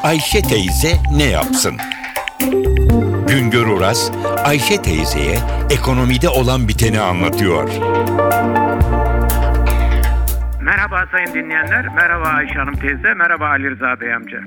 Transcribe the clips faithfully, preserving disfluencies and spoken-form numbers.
Ayşe teyze ne yapsın? Güngör Oras, Ayşe teyzeye ekonomide olan biteni anlatıyor. Merhaba sayın dinleyenler, merhaba Ayşe Hanım teyze, merhaba Ali Rıza Bey amca.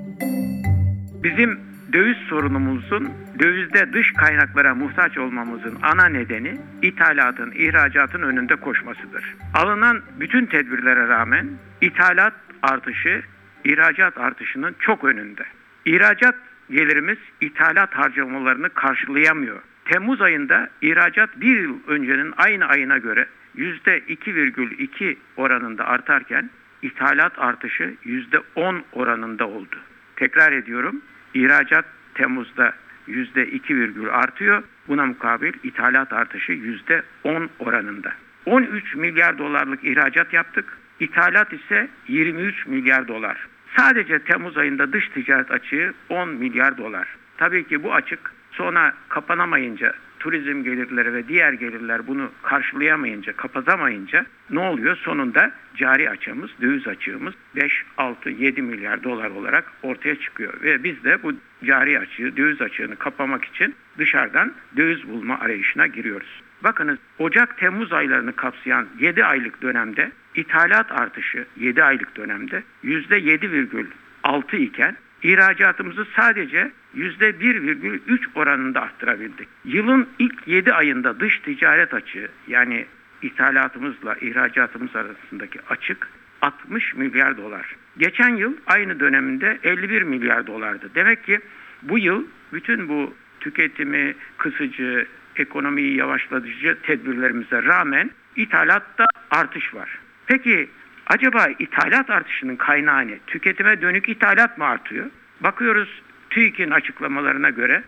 Bizim döviz sorunumuzun, dövizde dış kaynaklara muhtaç olmamızın ana nedeni ithalatın, ihracatın önünde koşmasıdır. Alınan bütün tedbirlere rağmen ithalat artışı, ihracat artışının çok önünde. İhracat gelirimiz ithalat harcamalarını karşılayamıyor. Temmuz ayında ihracat bir yıl öncenin aynı ayına göre yüzde iki virgül iki oranında artarken ithalat artışı yüzde on oranında oldu. Tekrar ediyorum, ihracat Temmuz'da yüzde iki virgül artıyor. Buna mukabil ithalat artışı yüzde on oranında. on üç milyar dolarlık ihracat yaptık. İthalat ise yirmi üç milyar dolar. Sadece Temmuz ayında dış ticaret açığı on milyar dolar. Tabii ki bu açık sonra kapanamayınca, turizm gelirleri ve diğer gelirler bunu karşılayamayınca, kapatamayınca ne oluyor? Sonunda cari açığımız, döviz açığımız beş, altı, yedi milyar dolar olarak ortaya çıkıyor. Ve biz de bu cari açığı, döviz açığını kapamak için dışarıdan döviz bulma arayışına giriyoruz. Bakınız, Ocak-Temmuz aylarını kapsayan yedi aylık dönemde ithalat artışı yedi aylık dönemde yüzde yedi virgül altı iken İhracatımızı sadece yüzde bir virgül üç oranında arttırabildik. Yılın ilk yedi ayında dış ticaret açığı, yani ithalatımızla ihracatımız arasındaki açık altmış milyar dolar. Geçen yıl aynı döneminde elli bir milyar dolardı. Demek ki bu yıl bütün bu tüketimi kısıcı, ekonomiyi yavaşlatıcı tedbirlerimize rağmen ithalatta artış var. Peki acaba ithalat artışının kaynağı ne? Tüketime dönük ithalat mı artıyor? Bakıyoruz TÜİK'in açıklamalarına göre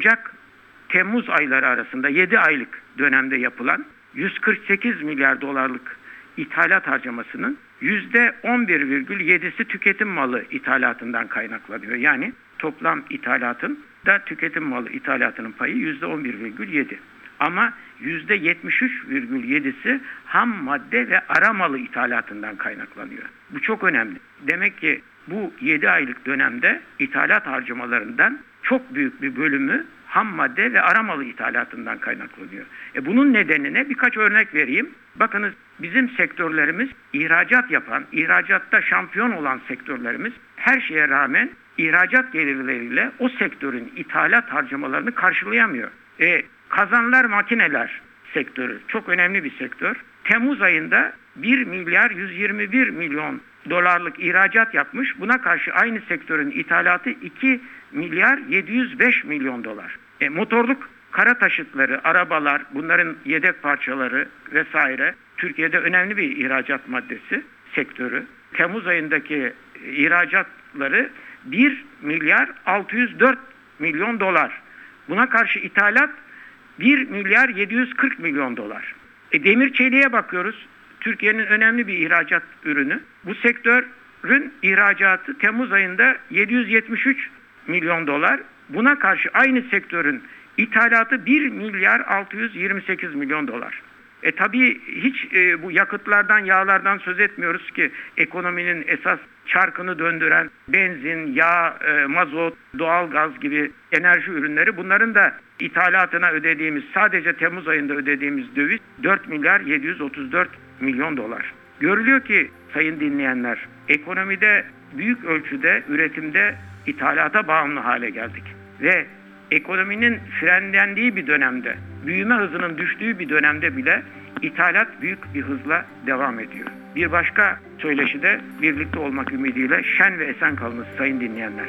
Ocak-Temmuz ayları arasında yedi aylık dönemde yapılan yüz kırk sekiz milyar dolarlık ithalat harcamasının yüzde on bir virgül yedisi tüketim malı ithalatından kaynaklanıyor. Yani toplam ithalatın da tüketim malı ithalatının payı yüzde on bir virgül yedi. Ama yüzde yetmiş üç virgül yedisi ham madde ve ara malı ithalatından kaynaklanıyor. Bu çok önemli. Demek ki bu yedi aylık dönemde ithalat harcamalarından çok büyük bir bölümü ham madde ve ara malı ithalatından kaynaklanıyor. E bunun nedenine birkaç örnek vereyim. Bakınız, bizim sektörlerimiz ihracat yapan, ihracatta şampiyon olan sektörlerimiz her şeye rağmen ihracat gelirleriyle o sektörün ithalat harcamalarını karşılayamıyor. E, Kazanlar makineler sektörü çok önemli bir sektör. Temmuz ayında bir milyar yüz yirmi bir milyon dolarlık ihracat yapmış. Buna karşı aynı sektörün ithalatı iki milyar yedi yüz beş milyon dolar. E, motorluk kara taşıtları, arabalar, bunların yedek parçaları vesaire Türkiye'de önemli bir ihracat maddesi sektörü. Temmuz ayındaki ihracatları bir milyar altı yüz dört milyon dolar. Buna karşı ithalat bir milyar yedi yüz kırk milyon dolar. E, demir çeliğe bakıyoruz. Türkiye'nin önemli bir ihracat ürünü. Bu sektörün ihracatı Temmuz ayında yedi yüz yetmiş üç milyon dolar. Buna karşı aynı sektörün ithalatı bir milyar altı yüz yirmi sekiz milyon dolar. E tabii hiç e, bu yakıtlardan, yağlardan söz etmiyoruz ki ekonominin esas çarkını döndüren benzin, yağ, e, mazot, doğalgaz gibi enerji ürünleri, bunların da ithalatına ödediğimiz, sadece Temmuz ayında ödediğimiz döviz dört milyar yedi yüz otuz dört milyon dolar. Görülüyor ki sayın dinleyenler, ekonomide büyük ölçüde üretimde ithalata bağımlı hale geldik. Ve ekonominin frenlendiği bir dönemde, büyüme hızının düştüğü bir dönemde bile ithalat büyük bir hızla devam ediyor. Bir başka söyleşide birlikte olmak ümidiyle şen ve esen kalınız sayın dinleyenler.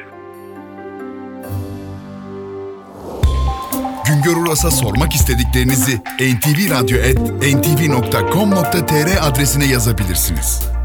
Güngör Oras'a sormak istediklerinizi en ti vi radyo et en ti vi nokta com nokta tr adresine yazabilirsiniz.